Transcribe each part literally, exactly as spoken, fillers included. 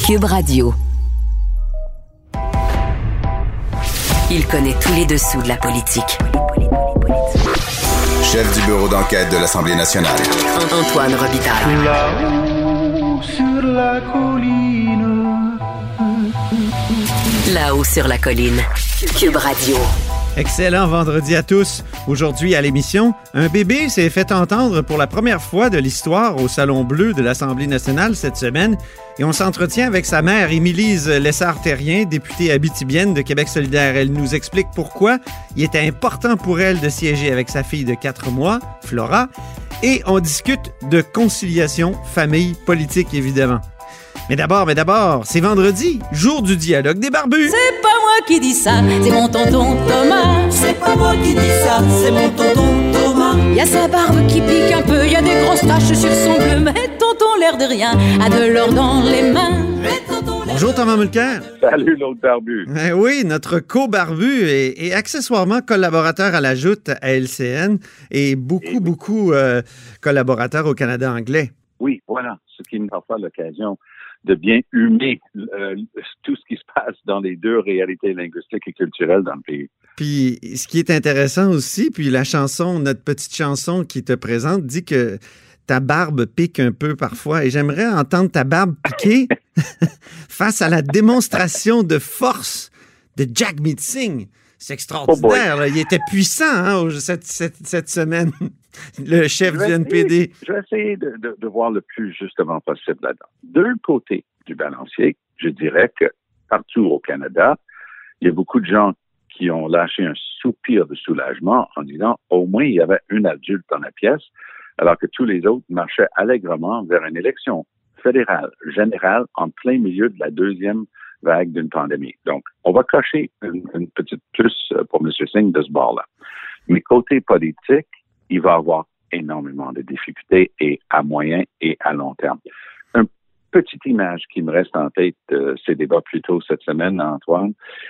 Cube Radio. Il connaît tous les dessous de la politique. Chef du bureau d'enquête de l'Assemblée nationale. Antoine Robitaille. Là-haut sur la colline. Là-haut sur la colline. Cube Radio. Excellent vendredi à tous. Aujourd'hui à l'émission, un bébé s'est fait entendre pour la première fois de l'histoire au Salon Bleu de l'Assemblée nationale cette semaine et on s'entretient avec sa mère, Émilise Lessard-Terrien, députée abitibienne de Québec solidaire. Elle nous explique pourquoi il était important pour elle de siéger avec sa fille de quatre mois, Flora, et on discute de conciliation, famille, politique évidemment. Mais d'abord, mais d'abord, c'est vendredi, jour du dialogue des barbus. C'est pas moi qui dis ça, c'est mon tonton Thomas. C'est pas moi qui dis ça, c'est mon tonton Thomas. Y a sa barbe qui pique un peu, y a des grosses taches sur son bleu, mais tonton l'air de rien, a de l'or dans les mains. Bonjour Thomas Mulcair. Salut l'autre barbu. Eh oui, notre co-barbu et, et accessoirement collaborateur à la Joute à L C N et beaucoup, et oui. beaucoup euh, collaborateur au Canada anglais. Oui, voilà, ce qui nous offre l'occasion de bien humer euh, tout ce qui se passe dans les deux réalités linguistiques et culturelles dans le pays. Puis, ce qui est intéressant aussi, puis la chanson, notre petite chanson qui te présente, dit que ta barbe pique un peu parfois. Et j'aimerais entendre ta barbe piquer face à la démonstration de force de Jagmeet Singh. C'est extraordinaire. Oh Il était puissant hein, cette, cette, cette semaine, le chef du N P D. Essayer, je vais essayer de, de, de voir le plus justement possible là-dedans. Deux côtés du balancier, je dirais que partout au Canada, il y a beaucoup de gens qui ont lâché un soupir de soulagement en disant au moins il y avait un adulte dans la pièce, alors que tous les autres marchaient allègrement vers une élection fédérale, générale, en plein milieu de la deuxième vague d'une pandémie. Donc, on va cocher une, une petite plus pour M. Singh de ce bord-là. Mais côté politique, il va avoir énormément de difficultés et à moyen et à long terme. Une petite image qui me reste en tête de ces débats plus tôt cette semaine, Antoine,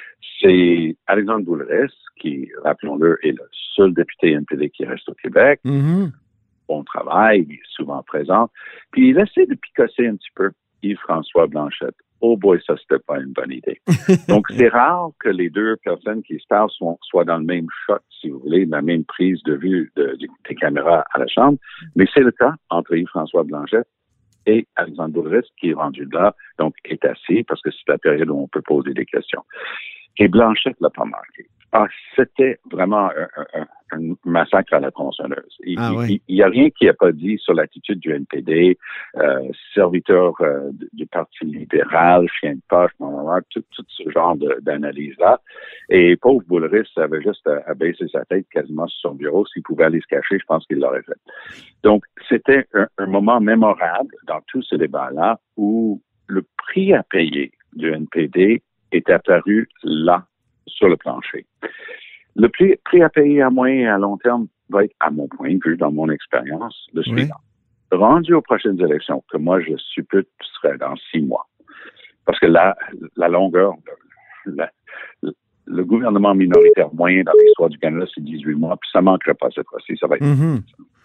c'est Alexandre Boulris, qui, rappelons-le, est le seul député N P D qui reste au Québec. Mm-hmm. Bon travail, il est souvent présent. Puis il essaie de picosser un petit peu Yves-François Blanchette. Oh boy, ça, c'était pas une bonne idée. Donc, c'est rare que les deux personnes qui se parlent soient, soient dans le même shot, si vous voulez, la même prise de vue de, de, des caméras à la Chambre. Mais c'est le cas entre Yves-François Blanchette et Alexandre Boulris, qui est rendu là, donc est assis, parce que c'est la période où on peut poser des questions. Et Blanchette l'a pas marqué. Ah, c'était vraiment un, un, un massacre à la tronçonneuse. Il ah, oui. n'y a rien qui n'a pas dit sur l'attitude du N P D, euh, serviteur euh, du Parti libéral, chien de poche, tout, tout ce genre de, d'analyse-là. Et pauvre Boulris avait juste à, à baisser sa tête quasiment sur son bureau. S'il pouvait aller se cacher, je pense qu'il l'aurait fait. Donc, c'était un, un moment mémorable dans tout ce débat-là où le prix à payer du N P D est apparu là, sur le plancher. Le prix, prix à payer à moyen et à long terme va être, à mon point de vue, dans mon expérience, le suivant. Oui. Rendu aux prochaines élections, que moi je suppute serait dans six mois, parce que la, la longueur, la, le, le gouvernement minoritaire moyen dans l'histoire du Canada, c'est dix-huit mois, puis ça ne manquerait pas cette fois-ci, ça va être... Mm-hmm.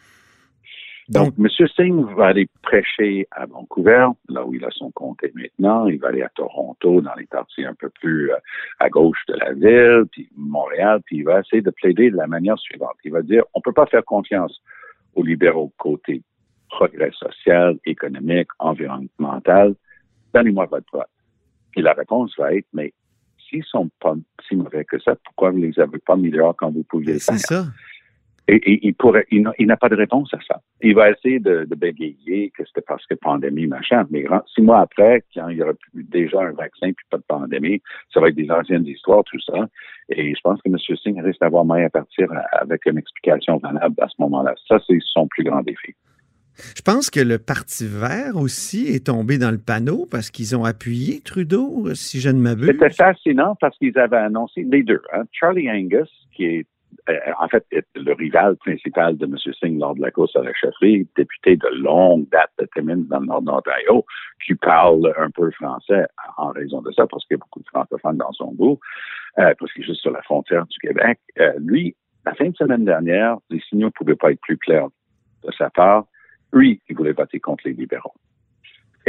Donc, M. Singh va aller prêcher à Vancouver, là où il a son comté maintenant. Il va aller à Toronto, dans les parties un peu plus euh, à gauche de la ville, puis Montréal, puis il va essayer de plaider de la manière suivante. Il va dire, on peut pas faire confiance aux libéraux côté progrès social, économique, environnemental. Donnez-moi votre vote. Et la réponse va être, mais s'ils sont pas si mauvais que ça, pourquoi vous les avez pas mis dehors quand vous pouviez le faire? C'est ça. Et, et il pourrait, il n'a, il n'a pas de réponse à ça. Il va essayer de, de bégayer que c'était parce que pandémie, machin. Mais six mois après, quand il y aura plus, déjà un vaccin puis pas de pandémie, ça va être des anciennes histoires, tout ça. Et je pense que M. Singh risque d'avoir moyen à partir avec une explication valable à ce moment-là. Ça, c'est son plus grand défi. Je pense que le Parti vert aussi est tombé dans le panneau parce qu'ils ont appuyé Trudeau, si je ne m'abuse. C'était fascinant parce qu'ils avaient annoncé les deux. Hein. Charlie Angus, qui est en fait, le rival principal de M. Singh lors de la course à la chefferie, député de longue date de Timmins dans le nord d'Ontario, qui parle un peu français en raison de ça, parce qu'il y a beaucoup de francophones dans son goût, euh, parce qu'il est juste sur la frontière du Québec. Euh, lui, la fin de semaine dernière, les signaux ne pouvaient pas être plus clairs de sa part. Lui, il voulait voter contre les libéraux.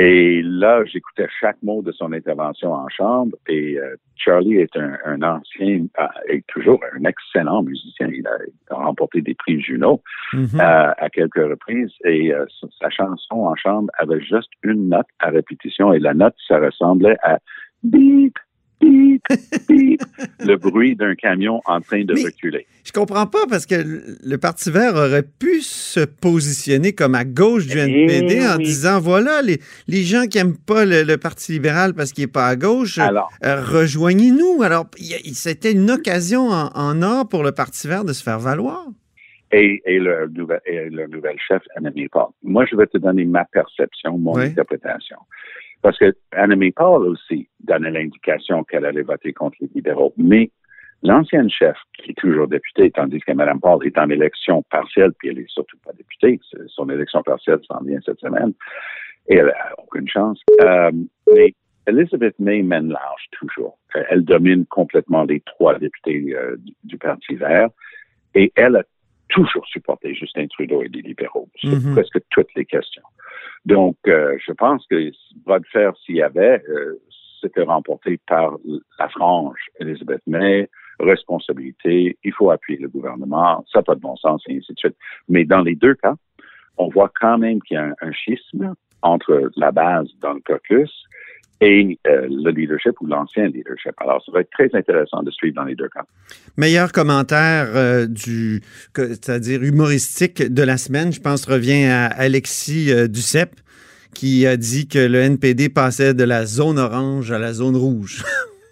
Et là, j'écoutais chaque mot de son intervention en chambre. Et euh, Charlie est un, un ancien, euh, est toujours un excellent musicien. Il a, il a remporté des prix Juno mm-hmm. euh, à quelques reprises. Et euh, sa chanson en chambre avait juste une note à répétition. Et la note, ça ressemblait à beep, beep, beep, le bruit d'un camion en train de Mais reculer. Je comprends pas parce que le Parti vert aurait pu se positionner comme à gauche du N P D en oui. disant, voilà, les, les gens qui n'aiment pas le, le Parti libéral parce qu'il n'est pas à gauche, Alors, euh, rejoignez-nous. Alors, y a, c'était une occasion en, en or pour le Parti vert de se faire valoir. Et, et, le, et le nouvel chef, Annamie Paul. Moi, je vais te donner ma perception, mon oui. interprétation. Parce que Annamie Paul aussi donnait l'indication qu'elle allait voter contre les libéraux. Mais l'ancienne chef, qui est toujours députée, tandis que Mme Paul est en élection partielle, puis elle est surtout pas députée, son élection partielle s'en vient cette semaine, et elle n'a aucune chance. Euh, mais Elizabeth May mène large toujours. Elle domine complètement les trois députés euh, du, du Parti vert, et elle a toujours supporté Justin Trudeau et les libéraux sur mm-hmm. presque toutes les questions. Donc, euh, je pense que bras de fer, s'il y avait, euh, c'était remporté par la frange Elizabeth May, responsabilité, il faut appuyer le gouvernement, ça n'a pas de bon sens, et ainsi de suite. Mais dans les deux cas, on voit quand même qu'il y a un, un schisme entre la base dans le caucus et euh, le leadership ou l'ancien leadership. Alors, ça va être très intéressant de suivre dans les deux cas. Meilleur commentaire euh, du, que, c'est-à-dire humoristique de la semaine, je pense, revient à Alexis euh, Duceppe, qui a dit que le N P D passait de la zone orange à la zone rouge.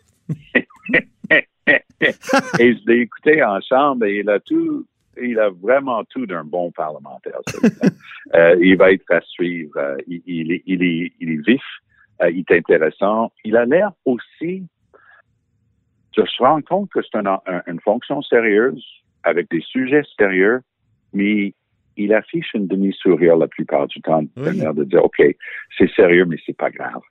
Et je l'ai écouté en chambre et il a tout, il a vraiment tout d'un bon parlementaire. euh, il va être à suivre. Euh, il, il, est, il, est, il est vif. Euh, il est intéressant. Il a l'air aussi de se rendre compte que c'est un, un, une fonction sérieuse, avec des sujets sérieux, mais il affiche une demi-sourire la plupart du temps, de oui. l'air de dire, OK, c'est sérieux, mais c'est pas grave.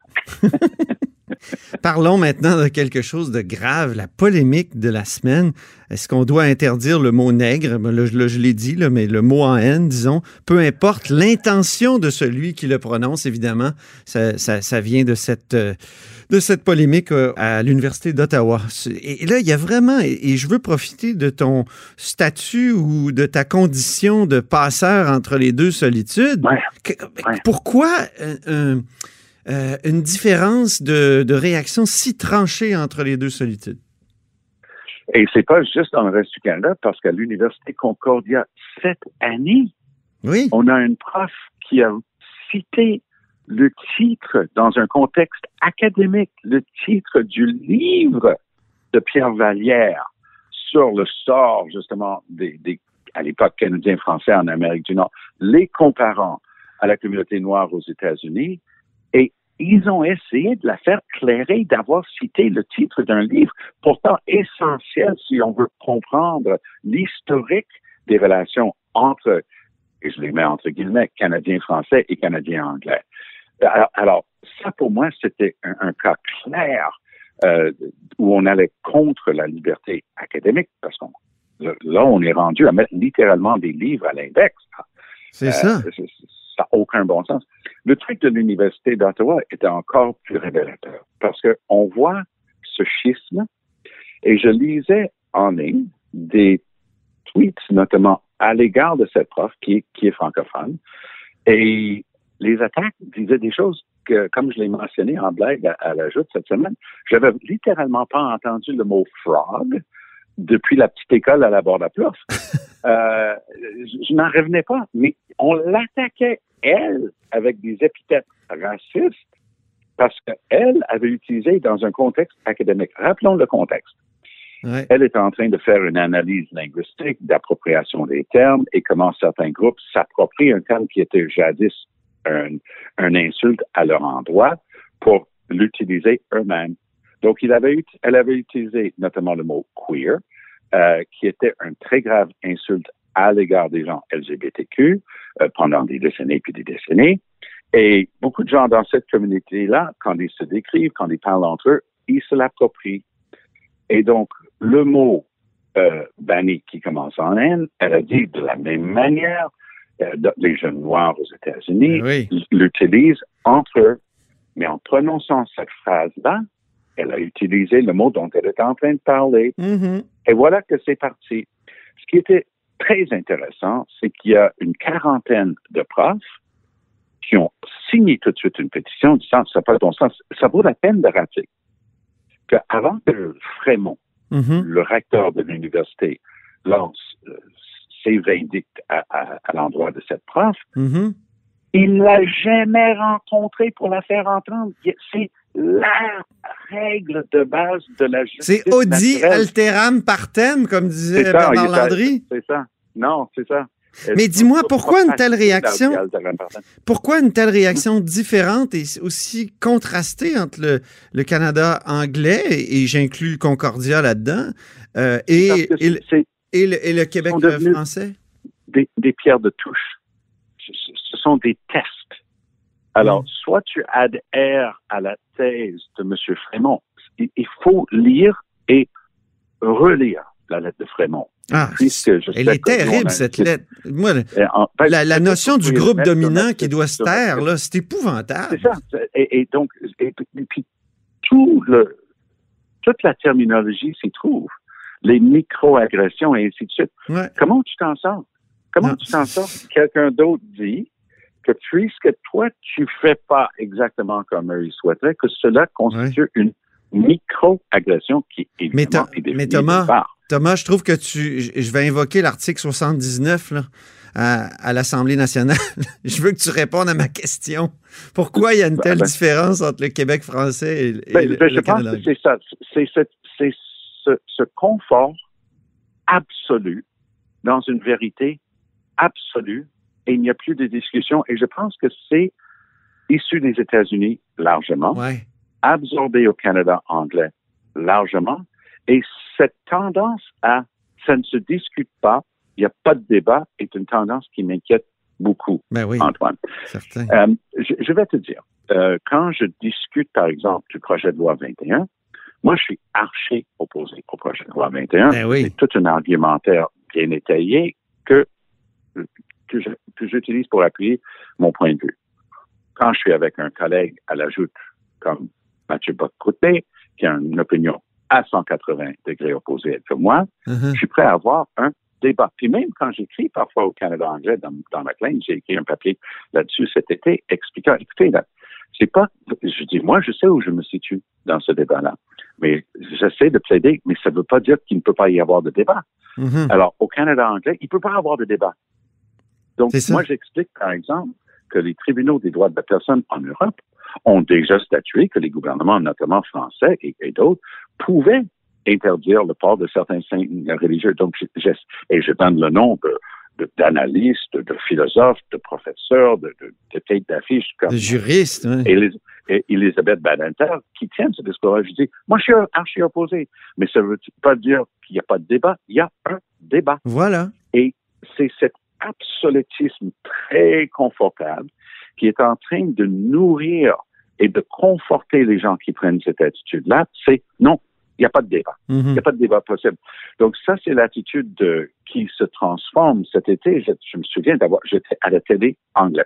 Parlons maintenant de quelque chose de grave, la polémique de la semaine. Est-ce qu'on doit interdire le mot nègre? Là, je, je l'ai dit, là, mais le mot en haine, disons, peu importe l'intention de celui qui le prononce, évidemment, ça, ça, ça vient de cette, de cette polémique à l'Université d'Ottawa. Et là, il y a vraiment, et je veux profiter de ton statut ou de ta condition de passeur entre les deux solitudes. Ouais. Ouais. Pourquoi un... un Euh, une différence de, de réaction si tranchée entre les deux solitudes? Et c'est pas juste dans le reste du Canada, parce qu'à l'Université Concordia, cette année, oui. on a une prof qui a cité le titre dans un contexte académique, le titre du livre de Pierre Vallière sur le sort, justement, des, des à l'époque, Canadiens-Français en Amérique du Nord, les comparant à la communauté noire aux États-Unis. Et ils ont essayé de la faire clairer, d'avoir cité le titre d'un livre, pourtant essentiel si on veut comprendre l'historique des relations entre, et je les mets entre guillemets, Canadiens français et Canadiens anglais. Alors, alors ça pour moi, c'était un, un cas clair euh, où on allait contre la liberté académique, parce qu'on là, on est rendu à mettre littéralement des livres à l'index. C'est euh, ça. C'est, ça n'a aucun bon sens. Le truc de l'Université d'Ottawa était encore plus révélateur parce qu'on voit ce schisme et je lisais en ligne des tweets, notamment à l'égard de cette prof qui est, qui est francophone et les attaques disaient des choses que, comme je l'ai mentionné en blague à, à la joute cette semaine, j'avais littéralement pas entendu le mot « frog » depuis la petite école à la Borde-à-Plouf. euh, je, je n'en revenais pas, mais on l'attaquait, elle, avec des épithètes racistes, parce qu'elle avait utilisé dans un contexte académique. Rappelons le contexte. Ouais. Elle était en train de faire une analyse linguistique d'appropriation des termes et comment certains groupes s'approprient un terme qui était jadis un, un insulte à leur endroit pour l'utiliser eux-mêmes. Donc, il avait, elle avait utilisé notamment le mot queer, euh, qui était un très grave insulte à l'égard des gens L G B T Q euh, pendant des décennies puis des décennies. Et beaucoup de gens dans cette communauté-là, quand ils se décrivent, quand ils parlent entre eux, ils se l'approprient. Et donc, le mot euh, banni qui commence en haine, elle a dit de la même manière, euh, les jeunes noirs aux États-Unis oui. l'utilisent entre eux Mais en prononçant cette phrase-là, elle a utilisé le mot dont elle était en train de parler. Mm-hmm. Et voilà que c'est parti. Ce qui était très intéressant, c'est qu'il y a une quarantaine de profs qui ont signé tout de suite une pétition disant que ça n'a pas de bon sens. Ça vaut la peine de rappeler qu'avant que Frémont, mm-hmm. le recteur de l'université, lance euh, ses verdicts à, à, à l'endroit de cette prof, mm-hmm. il ne l'a jamais rencontrée pour la faire entendre. C'est la règle de base de la justice. C'est audi naturelle. alteram partem, comme disait C'est ça, Bernard il- Landry. C'est ça. Non, c'est ça. Mais dis-moi, pourquoi une telle réaction? Alteram partem. Pourquoi une telle réaction différente et aussi contrastée entre le, le Canada anglais, et, et j'inclus le Concordia là-dedans, euh, et, Parce que et, le- c'est et le, et le Québec sont devenus- français? des, des pierres de touche. Ce, ce sont des tests. Alors, Mm. soit tu adhères à la thèse de M. Frémont. Il, il faut lire et relire la lettre de Frémont. Ah, Puisque je elle sais est que nous, on terrible, a- cette lettre. Moi, le- Et en- ben, la, la peut-être notion que du vous pouvez groupe le mettre dominant sur qui notre- doit se sur taire, notre- là, c'est épouvantable. C'est ça. Et, et donc, et, et puis, tout le, toute la terminologie s'y trouve. Les micro-agressions et ainsi de suite. Ouais. Comment tu t'en sors? Comment Non. tu t'en sors? Quelqu'un d'autre dit que puisque toi, tu fais pas exactement comme eux ils souhaiteraient, que cela constitue une micro-agression qui, évidemment, Mais, Tho- est définie mais Thomas, nulle part. Thomas, je trouve que tu. Je je vais invoquer l'article soixante-dix-neuf là, à, à l'Assemblée nationale. Je veux que tu répondes à ma question. Pourquoi il y a une Ben, telle ben. différence entre le Québec français et, et Ben, le, ben, je le pense Canada? que c'est ça. C'est ce, c'est ce, ce confort absolu dans une vérité absolue et il n'y a plus de discussion. Et je pense que c'est issu des États-Unis largement, Ouais. absorbé au Canada anglais largement. Et cette tendance à ça ne se discute pas, il n'y a pas de débat, est une tendance qui m'inquiète beaucoup, Ben oui, Antoine. certain. Euh, je, je vais te dire, euh, quand je discute, par exemple, du projet de loi vingt et un, moi, je suis archi opposé au projet de loi vingt et un. Ben oui. C'est tout un argumentaire bien étayé que, que, je, que j'utilise pour appuyer mon point de vue. Quand je suis avec un collègue à la joute comme Mathieu Bock-Côté, qui a une opinion à cent quatre-vingts degrés opposée à elle que moi, Uh-huh. je suis prêt à avoir un débat. Puis même quand j'écris parfois au Canada anglais, dans, dans McLean, j'ai écrit un papier là-dessus cet été expliquant, écoutez, là, c'est pas, je dis, moi, je sais où je me situe dans ce débat-là. Mais j'essaie de plaider, mais ça ne veut pas dire qu'il ne peut pas y avoir de débat. Mhm. Alors, au Canada anglais, il ne peut pas y avoir de débat. Donc, C'est ça. moi, j'explique, par exemple, que les tribunaux des droits de la personne en Europe ont déjà statué que les gouvernements, notamment français et, et d'autres, pouvaient interdire le port de certains signes religieux. Donc, je, je, et je donne le nom de, de, d'analystes, de philosophes, de professeurs, de, de, de têtes d'affiche comme Le juriste, ouais. Elis- et Elisabeth Badinter qui tiennent ce discours-là. Je dis, moi, je suis archi opposé. Mais ça ne veut pas dire qu'il n'y a pas de débat. Il y a un débat. Voilà. Et c'est cet absolutisme très confortable qui est en train de nourrir et de conforter les gens qui prennent cette attitude-là. C'est non, il n'y a pas de débat. Il Mhm. n'y a pas de débat possible. Donc ça, c'est l'attitude de, qui se transforme cet été. Je, je me souviens d'avoir, j'étais à la télé anglaise.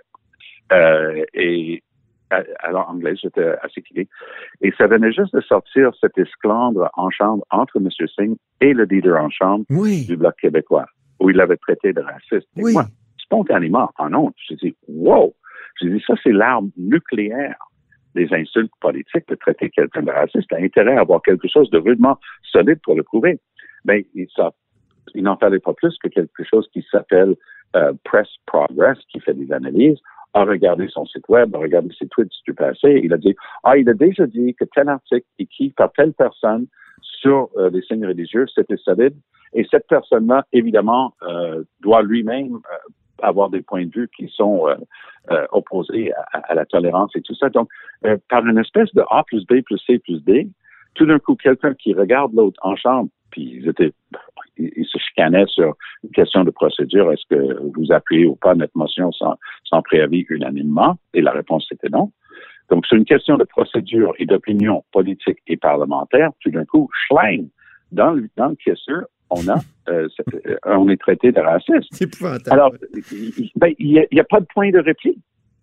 Euh, et à, à l'anglaise, j'étais à C T V. Et ça venait juste de sortir cette esclandre en chambre entre M. Singh et le leader en chambre Oui. du Bloc québécois, où il l'avait traité de raciste. Et Oui. moi, spontanément, en honte, j'ai dit, wow! J'ai dit, ça, c'est l'arme nucléaire des insultes politiques de traiter quelqu'un de raciste. Il a intérêt à avoir quelque chose de rudement solide pour le prouver. Mais il, ça, il n'en fallait pas plus que quelque chose qui s'appelle euh, Press Progress, qui fait des analyses, a regardé son site web, a regardé ses tweets du passé. Il a dit, ah, il a déjà dit que tel article écrit par telle personne sur euh, les signes religieux, c'était solide. Et cette personne-là, évidemment, euh, doit lui-même euh, avoir des points de vue qui sont euh, euh, opposés à, à la tolérance et tout ça. Donc, euh, par une espèce de A plus B plus C plus D, tout d'un coup, quelqu'un qui regarde l'autre en chambre, puis ils étaient, ils, ils se chicanaient sur une question de procédure, est-ce que vous appuyez ou pas notre motion sans, sans préavis unanimement? Et la réponse était non. Donc, c'est une question de procédure et d'opinion politique et parlementaire. Tout d'un coup, schling, dans le, dans le caisseur, on a, euh, on est traité de raciste. C'est épouvantable. Alors, il n'y ben, a, a pas de point de repli.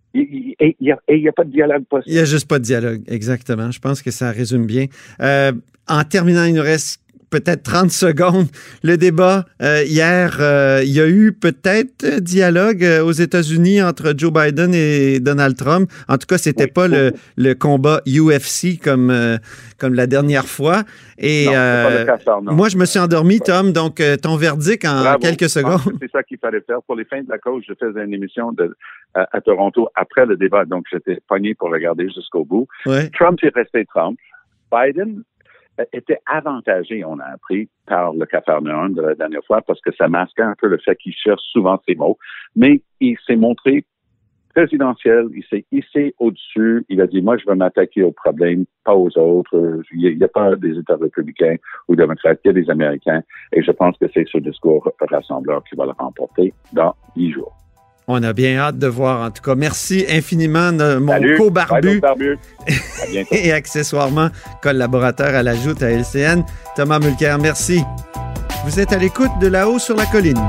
Et il n'y a, a pas de dialogue possible. Il n'y a juste pas de dialogue, exactement. Je pense que ça résume bien. Euh, en terminant, il nous reste peut-être trente secondes. Le débat, euh, hier, euh, il y a eu peut-être dialogue euh, aux États-Unis entre Joe Biden et Donald Trump. En tout cas, c'était oui, pas oui. le, le combat U F C comme, euh, comme la dernière fois. Et non, euh, c'est pas le cas, ça, non. moi, je me suis endormi, Tom. Donc, euh, ton verdict en Bravo. quelques secondes. C'est ça qu'il fallait faire. Pour les fins de la cause, je faisais une émission de, à, à Toronto après le débat. Donc, j'étais pogné pour regarder jusqu'au bout. Ouais. Trump est resté Trump. Biden était avantagé, on a appris, par le Capharnaüm de la dernière fois, parce que ça masquait un peu le fait qu'il cherche souvent ses mots. Mais il s'est montré présidentiel, il s'est hissé au-dessus. Il a dit, moi, je vais m'attaquer aux problèmes, pas aux autres. Il n'y a pas des États républicains ou démocrates, il y a des Américains. Et je pense que c'est ce discours rassembleur qui va le remporter dans dix jours. On a bien hâte de voir, en tout cas. Merci infiniment, de mon Salut, co-barbu barbu. À bientôt. et accessoirement collaborateur à la Joute à L C N, Thomas Mulcair. Merci. Vous êtes à l'écoute de Là-haut sur la colline.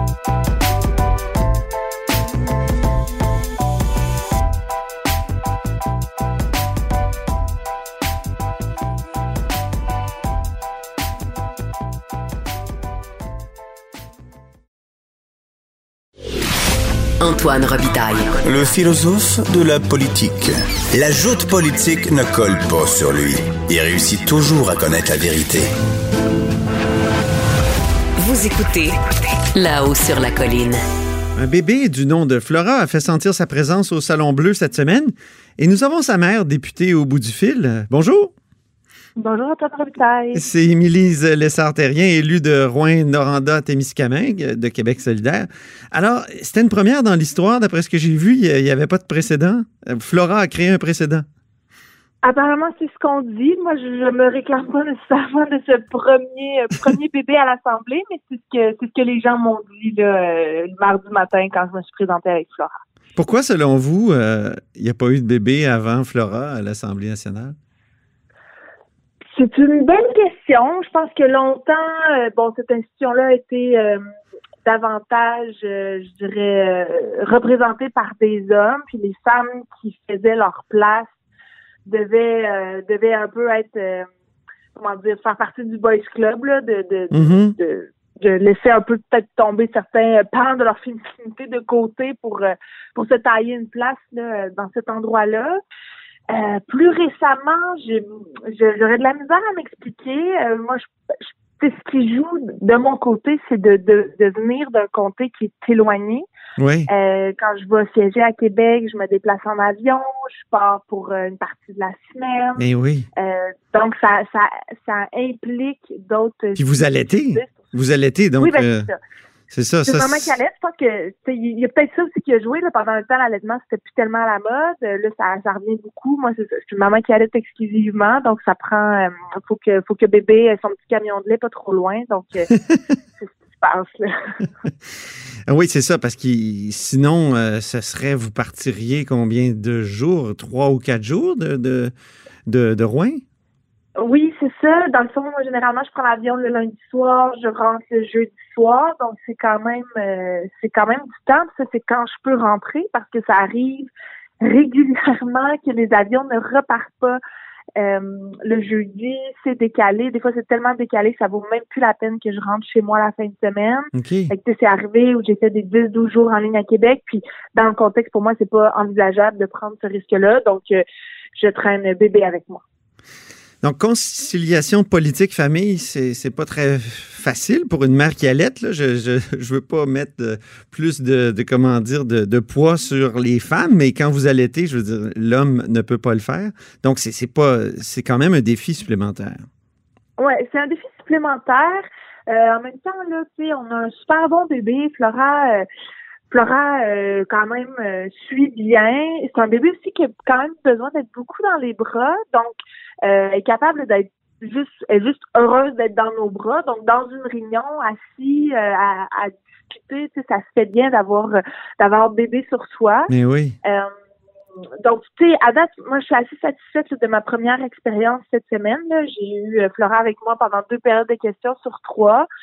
Antoine Robitaille. Le philosophe de la politique. La joute politique ne colle pas sur lui. Il réussit toujours à connaître la vérité. Vous écoutez Là-haut sur la colline. Un bébé du nom de Flora a fait sentir sa présence au Salon Bleu cette semaine et nous avons sa mère, députée au bout du fil. Bonjour. Bonjour, Antoine Robitaille. C'est Émilie Lessard-Terrien, élue de Rouyn-Noranda-Témiscamingue de Québec solidaire. Alors, c'était une première dans l'histoire. D'après ce que j'ai vu, il n'y avait pas de précédent. Flora a créé un précédent. Apparemment, c'est ce qu'on dit. Moi, je ne me réclame pas nécessairement de ce premier, premier bébé à l'Assemblée, mais c'est ce que, c'est ce que les gens m'ont dit là, le mardi matin quand je me suis présentée avec Flora. Pourquoi, selon vous, il euh, n'y a pas eu de bébé avant Flora à l'Assemblée nationale? C'est une bonne question. Je pense que longtemps, euh, bon, cette institution-là a été euh, davantage, euh, je dirais, euh, représentée par des hommes, puis les femmes qui faisaient leur place devaient, euh, devaient un peu être, euh, comment dire, faire partie du boys club, là, de, de, mm-hmm. de, de laisser un peu peut-être tomber certains pans de leur féminité de côté pour euh, pour se tailler une place là, dans cet endroit-là. Euh, plus récemment, j'ai, j'aurais de la misère à m'expliquer. Euh, moi, je, je, ce qui joue de mon côté, c'est de, de, de venir d'un comté qui est éloigné. Oui. Euh, quand je vais siéger à Québec, je me déplace en avion, je pars pour une partie de la semaine. Mais oui. Euh, donc, ça, ça, ça implique d'autres... Puis vous allaitez. Vous allaitez, donc... Oui, ben, euh... c'est ça. C'est ça, c'est ça. Maman qui allait. Je pense que il y a peut-être ça aussi qui a joué là, pendant le temps. L'allaitement, c'était plus tellement à la mode. Là, ça, ça revient beaucoup. Moi, c'est ça. Je suis une maman qui allait exclusivement, donc ça prend. Euh, faut que, faut que bébé ait son petit camion de lait pas trop loin. Donc, euh, c'est ce qui se passe là. Oui, c'est ça, parce que sinon, euh, ce serait, vous partiriez combien de jours, trois ou quatre jours de de de, de Rouyn? Oui, c'est ça. Dans le fond, moi, généralement, je prends l'avion le lundi soir, je rentre le jeudi soir, donc c'est quand même euh, c'est quand même du temps. Ça, c'est quand je peux rentrer parce que ça arrive régulièrement que les avions ne repartent pas euh, le jeudi. C'est décalé. Des fois, c'est tellement décalé que ça vaut même plus la peine que je rentre chez moi la fin de semaine. Okay. Fait que, c'est arrivé où j'ai fait des dix douze jours en ligne à Québec. Puis, dans le contexte, pour moi, c'est pas envisageable de prendre ce risque-là. Donc, euh, je traîne bébé avec moi. Donc, conciliation politique-famille, c'est, c'est pas très facile pour une mère qui allaite. Là. Je, je, je veux pas mettre de, plus de, de, comment dire, de, de poids sur les femmes, mais quand vous allaitez, je veux dire, l'homme ne peut pas le faire. Donc, c'est, c'est pas, c'est quand même un défi supplémentaire. Ouais, c'est un défi supplémentaire. Euh, en même temps, là, tu sais, on a un super bon bébé, Flora. Euh, Flora, euh, quand même, euh, suit bien. C'est un bébé aussi qui a quand même besoin d'être beaucoup dans les bras. Donc, euh, est capable d'être juste, est juste heureuse d'être dans nos bras. Donc, dans une réunion, assis, euh, à, à discuter, tu sais, ça se fait bien d'avoir, d'avoir bébé sur soi. Mais oui. Euh, donc, tu sais, à date, moi, je suis assez satisfaite de ma première expérience cette semaine. Là. J'ai eu euh, Flora avec moi pendant deux périodes de questions sur trois.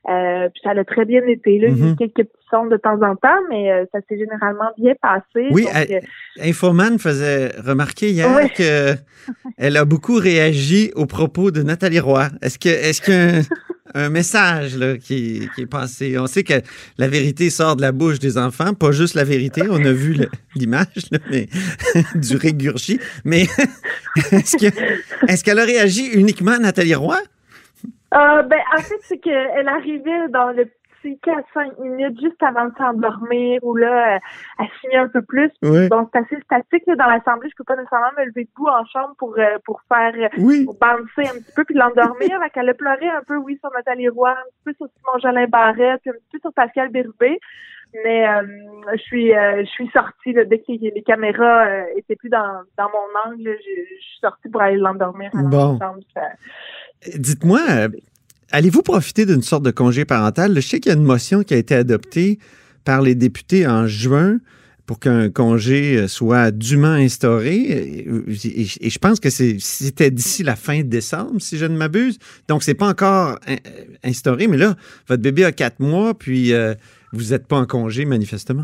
Euh, puis ça a très bien été. Là, Mm-hmm. il y a eu quelques petits sons de temps en temps, mais euh, ça s'est généralement bien passé. Oui, donc, elle, euh, Infoman faisait remarquer hier oui. qu'elle a beaucoup réagi aux propos de Nathalie Roy. Est-ce que est-ce qu'il y a un, un message là, qui, qui est passé? On sait que la vérité sort de la bouche des enfants, pas juste la vérité. On a vu le, l'image là, mais, du régurgi. Mais est-ce, que, est-ce qu'elle a réagi uniquement à Nathalie Roy? Euh, ben, en fait, c'est qu'elle arrivait dans le petit quatre à cinq minutes juste avant de s'endormir ou là, elle signait un peu plus. Oui. Donc, c'est assez statique là, dans l'assemblée. Je peux pas nécessairement me lever debout en chambre pour euh, pour faire Oui. pour bouncer un petit peu puis l'endormir. Fait qu'elle a pleuré un peu, oui, sur Nathalie Roy, un petit peu sur Simon Jolin Barrette, puis un petit peu sur Pascal Bérubé. Mais euh, je suis euh, je suis sortie là, dès que les, les caméras euh, étaient plus dans dans mon angle. Je, je suis sortie pour aller l'endormir à Bon. la chambre. Ça... Dites-moi, euh, allez-vous profiter d'une sorte de congé parental? Je sais qu'il y a une motion qui a été adoptée par les députés en juin pour qu'un congé soit dûment instauré. Et, et, et je pense que c'est, c'était d'ici la fin décembre, si je ne m'abuse. Donc, c'est pas encore in, instauré. Mais là, votre bébé a quatre mois, puis euh, vous n'êtes pas en congé, manifestement.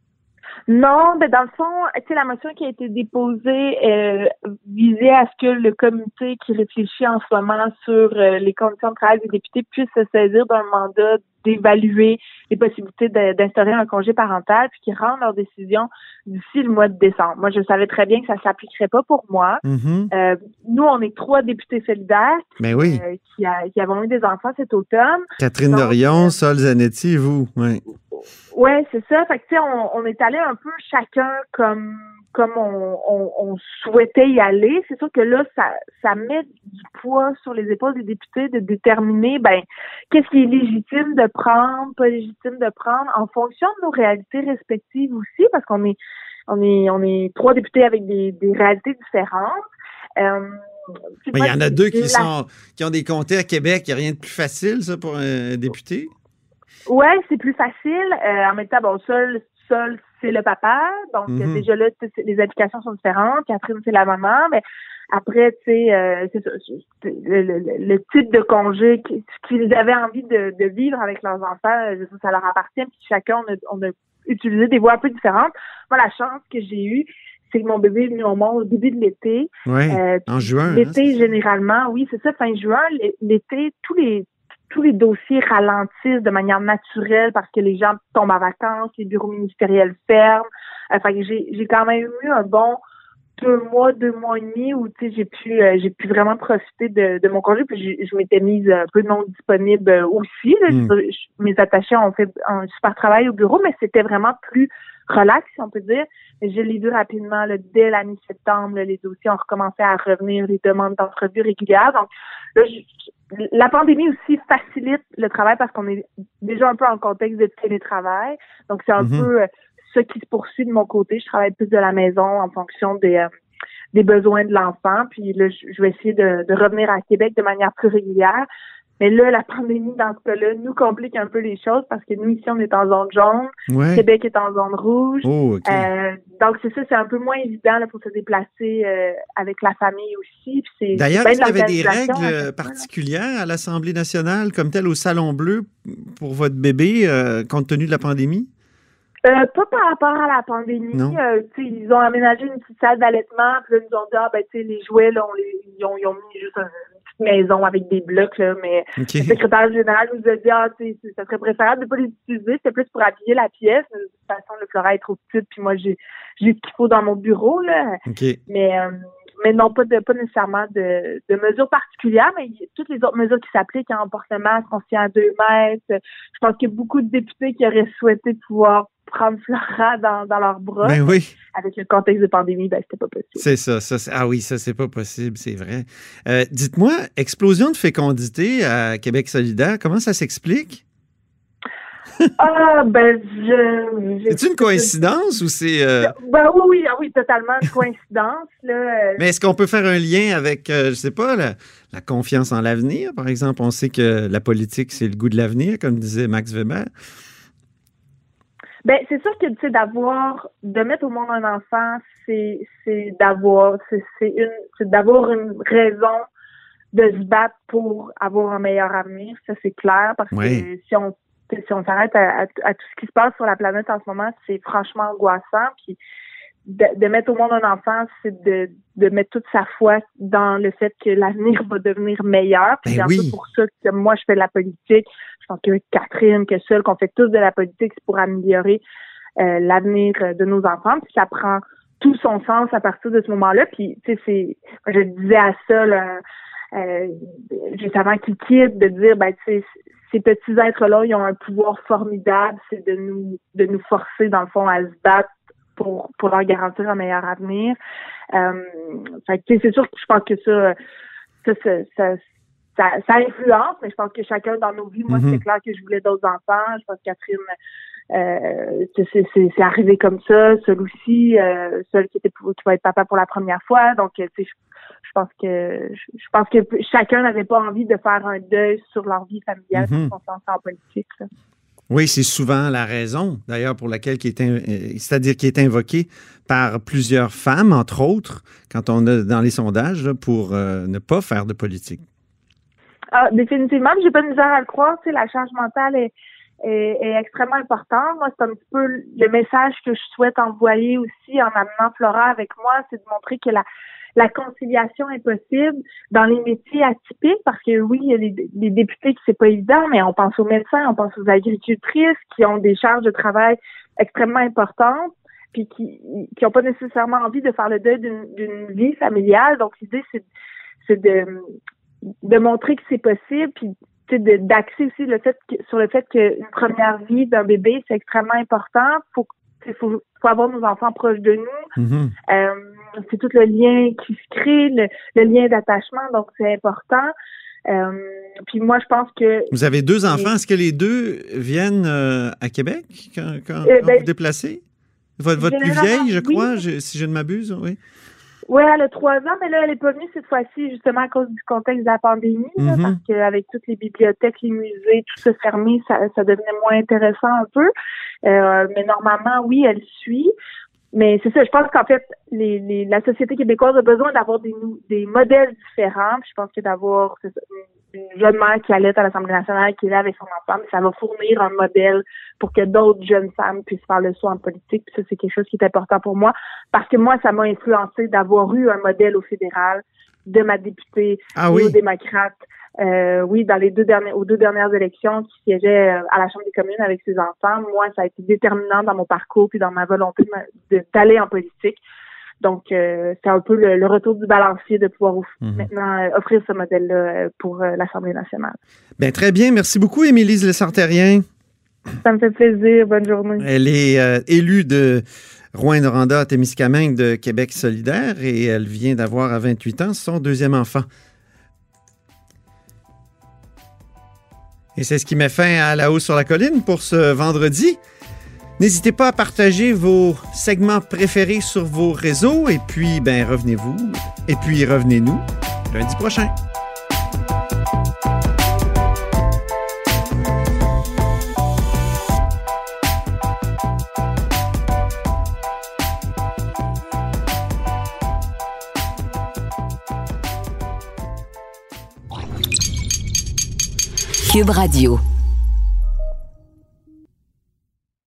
Non, ben dans le fond, tu sais, la motion qui a été déposée euh, visait à ce que le comité qui réfléchit en ce moment sur euh, les conditions de travail des députés puisse se saisir d'un mandat d'évaluer les possibilités de, d'instaurer un congé parental, puis qu'ils rendent leur décision d'ici le mois de décembre. Moi, je savais très bien que ça ne s'appliquerait pas pour moi. Mm-hmm. Euh, nous, on est trois députés solidaires qui, ben oui. euh, qui, a, qui avons eu des enfants cet automne. Catherine Donc, Dorion, euh, Sol Zanetti et vous. Oui. Oui, c'est ça. Fait que, tu sais, on, on est allé un peu chacun comme comme on, on, on souhaitait y aller. C'est sûr que là, ça, ça met du poids sur les épaules des députés de déterminer, ben, qu'est-ce qui est légitime de prendre, pas légitime de prendre, en fonction de nos réalités respectives aussi, parce qu'on est, on est, on est trois députés avec des, des réalités différentes. Euh, Il y en a deux qui la... sont, qui ont des comtés à Québec. Il n'y a rien de plus facile, ça, pour un député? Ouais, c'est plus facile. Euh, en même temps, bon, seul, seul, c'est le papa. Donc, mm-hmm. déjà là, les applications sont différentes. Catherine, c'est la maman. Mais après, tu sais, euh, c'est ça, c'est, le, le, le type de congé qu'ils avaient envie de, de vivre avec leurs enfants, ça leur appartient. Puis chacun, on a, on a utilisé des voies un peu différentes. Moi, la chance que j'ai eue, c'est que mon bébé est venu au monde au début de l'été. Oui, euh, en juin. L'été, hein, généralement, oui, c'est ça, fin juin. L'été, tous les tous les dossiers ralentissent de manière naturelle parce que les gens tombent en vacances, les bureaux ministériels ferment. Euh, fait que j'ai, j'ai quand même eu un bon deux mois, deux mois et demi où, tu sais, j'ai pu, euh, j'ai pu vraiment profiter de, de mon congé. Puis je, je m'étais mise un peu non disponible aussi. Là. Mm. Je, je, mes attachés ont fait un super travail au bureau, mais c'était vraiment plus relax, si on peut dire. Je l'ai vu rapidement, là, dès la mi-septembre, là, les dossiers ont recommencé à revenir, les demandes d'entrevues régulières. Donc, là, je, la pandémie aussi facilite le travail parce qu'on est déjà un peu en contexte de télétravail. Donc, c'est un mm-hmm. peu euh, ce qui se poursuit de mon côté. Je travaille plus de la maison en fonction des, euh, des besoins de l'enfant. Puis là, je, je vais essayer de, de revenir à Québec de manière plus régulière. Mais là, la pandémie, dans ce cas-là, nous complique un peu les choses parce que nous, ici, on est en zone jaune. Ouais. Québec est en zone rouge. Oh, okay. euh, donc, c'est ça, c'est un peu moins évident là, pour se déplacer euh, avec la famille aussi. Puis c'est, D'ailleurs, c'est est-ce qu'il y avait des règles hein, particulières à l'Assemblée nationale, comme telle au Salon Bleu, pour votre bébé, euh, compte tenu de la pandémie? Euh, pas par rapport à la pandémie. Euh, ils ont aménagé une petite salle d'allaitement, puis là, ils nous ont dit, ah, ben, tu sais, les jouets, là, on les, ils, ont, ils ont mis juste un, une petite maison avec des blocs, là, mais okay. le secrétaire général nous a dit, ah, tu sais, ça serait préférable de pas les utiliser, c'était plus pour habiller la pièce, mais de toute façon, le Flora est trop petite, puis moi, j'ai, j'ai ce qu'il faut dans mon bureau, là. Okay. Mais, euh, mais non, pas de, pas nécessairement de, de mesures particulières, mais toutes les autres mesures qui s'appliquent, hein, on porte le masque, on se tient à deux mètres. Je pense qu'il y a beaucoup de députés qui auraient souhaité pouvoir prendre Flora dans, dans leurs bras. Ben oui. Avec le contexte de pandémie, ben c'était pas possible. C'est ça, ça c'est, ah oui, ça c'est pas possible, c'est vrai. Euh, dites-moi, explosion de fécondité à Québec solidaire, comment ça s'explique? Ah, ben, je... C'est une coïncidence ou c'est... Euh... Ben oui, oui, ah oui, totalement une coïncidence, là. Mais est-ce qu'on peut faire un lien avec, euh, je sais pas, la, la confiance en l'avenir, par exemple? On sait que la politique, c'est le goût de l'avenir, comme disait Max Weber. Ben, c'est sûr que, tu sais, d'avoir, de mettre au monde un enfant, c'est, c'est d'avoir, c'est, c'est une, c'est d'avoir une raison de se battre pour avoir un meilleur avenir, ça c'est clair, parce oui. que si on si on s'arrête à, à, à tout ce qui se passe sur la planète en ce moment, c'est franchement angoissant. Puis de, de mettre au monde un enfant, c'est de, de mettre toute sa foi dans le fait que l'avenir va devenir meilleur. Puis ben c'est un oui. peu pour ça que moi je fais de la politique. Je pense que Catherine, que seule, qu'on fait tous de la politique, c'est pour améliorer euh, l'avenir de nos enfants. Puis ça prend tout son sens à partir de ce moment-là. Puis tu sais, c'est, je disais à ça là, euh, juste avant qu'il quitte, de dire ben tu sais, ces petits êtres-là, ils ont un pouvoir formidable, c'est de nous de nous forcer, dans le fond, à se battre pour pour leur garantir un meilleur avenir. Euh, fait que, c'est sûr que je pense que ça ça, ça, ça, ça, ça influence, mais je pense que chacun dans nos vies, moi, mm-hmm. c'est clair que je voulais d'autres enfants. Je pense que Catherine, euh, c'est, c'est, c'est arrivé comme ça. Seul aussi, euh, seul qui était pour, qui va être papa pour la première fois. Donc, tu sais, je, je pense que je pense que chacun n'avait pas envie de faire un deuil sur leur vie familiale mm-hmm. quand on s'en en politique. Là. Oui, c'est souvent la raison, d'ailleurs, pour laquelle qui est, in... c'est-à-dire qui est invoquée par plusieurs femmes, entre autres, quand on est dans les sondages, là, pour euh, ne pas faire de politique. Ah, définitivement, j'ai pas de misère à le croire. Tu sais, la charge mentale est, est, est extrêmement importante. Moi, c'est un petit peu le message que je souhaite envoyer aussi en amenant Flora avec moi, c'est de montrer que la La conciliation est possible dans les métiers atypiques, parce que oui, il y a les, les députés qui c'est pas évident, mais on pense aux médecins, on pense aux agricultrices qui ont des charges de travail extrêmement importantes, puis qui qui ont pas nécessairement envie de faire le deuil d'une, d'une vie familiale. Donc l'idée c'est c'est de de montrer que c'est possible, puis de, d'axer aussi le fait que, sur le fait qu'une première vie d'un bébé c'est extrêmement important. Faut Il faut, faut avoir nos enfants proches de nous. Mm-hmm. Euh, c'est tout le lien qui se crée, le, le lien d'attachement, donc c'est important. Euh, puis moi, je pense que... Vous avez deux enfants. Est-ce que les deux viennent euh, à Québec quand, quand, euh, quand ben, vous déplacez? Votre, votre plus vieille, je crois, oui. je, si je ne m'abuse, oui. Oui, elle a trois ans, mais là, elle n'est pas venue cette fois-ci, justement, à cause du contexte de la pandémie, mm-hmm. là, parce qu'avec toutes les bibliothèques, les musées, tout ça fermé, ça, ça devenait moins intéressant un peu. Euh, mais normalement, oui, elle suit. Mais c'est ça, je pense qu'en fait, les, les, la société québécoise a besoin d'avoir des, des modèles différents. Puis je pense que d'avoir c'est ça, une, une jeune mère qui allait à l'Assemblée nationale, qui est là avec son enfant, ça va fournir un modèle pour que d'autres jeunes femmes puissent faire le saut en politique. Puis ça, c'est quelque chose qui est important pour moi. Parce que moi, ça m'a influencé d'avoir eu un modèle au fédéral de ma députée ah, oui. néo-démocrate. Euh, oui, dans les deux dernières, aux deux dernières élections, qui siégeait à la Chambre des communes avec ses enfants, moi, ça a été déterminant dans mon parcours puis dans ma volonté de, de, d'aller en politique. Donc, euh, c'est un peu le, le retour du balancier de pouvoir off- mm-hmm. maintenant euh, offrir ce modèle-là pour euh, l'Assemblée nationale. Bien, très bien. Merci beaucoup, Émilise Lessartérien. Ça me fait plaisir. Bonne journée. Elle est euh, élue de Rouyn-Noranda à Témiscamingue de Québec solidaire et elle vient d'avoir à vingt-huit ans son deuxième enfant. Et c'est ce qui met fin à La Haut sur la colline pour ce vendredi. N'hésitez pas à partager vos segments préférés sur vos réseaux et puis, ben, revenez-vous. Et puis, revenez-nous lundi prochain. Cube Radio.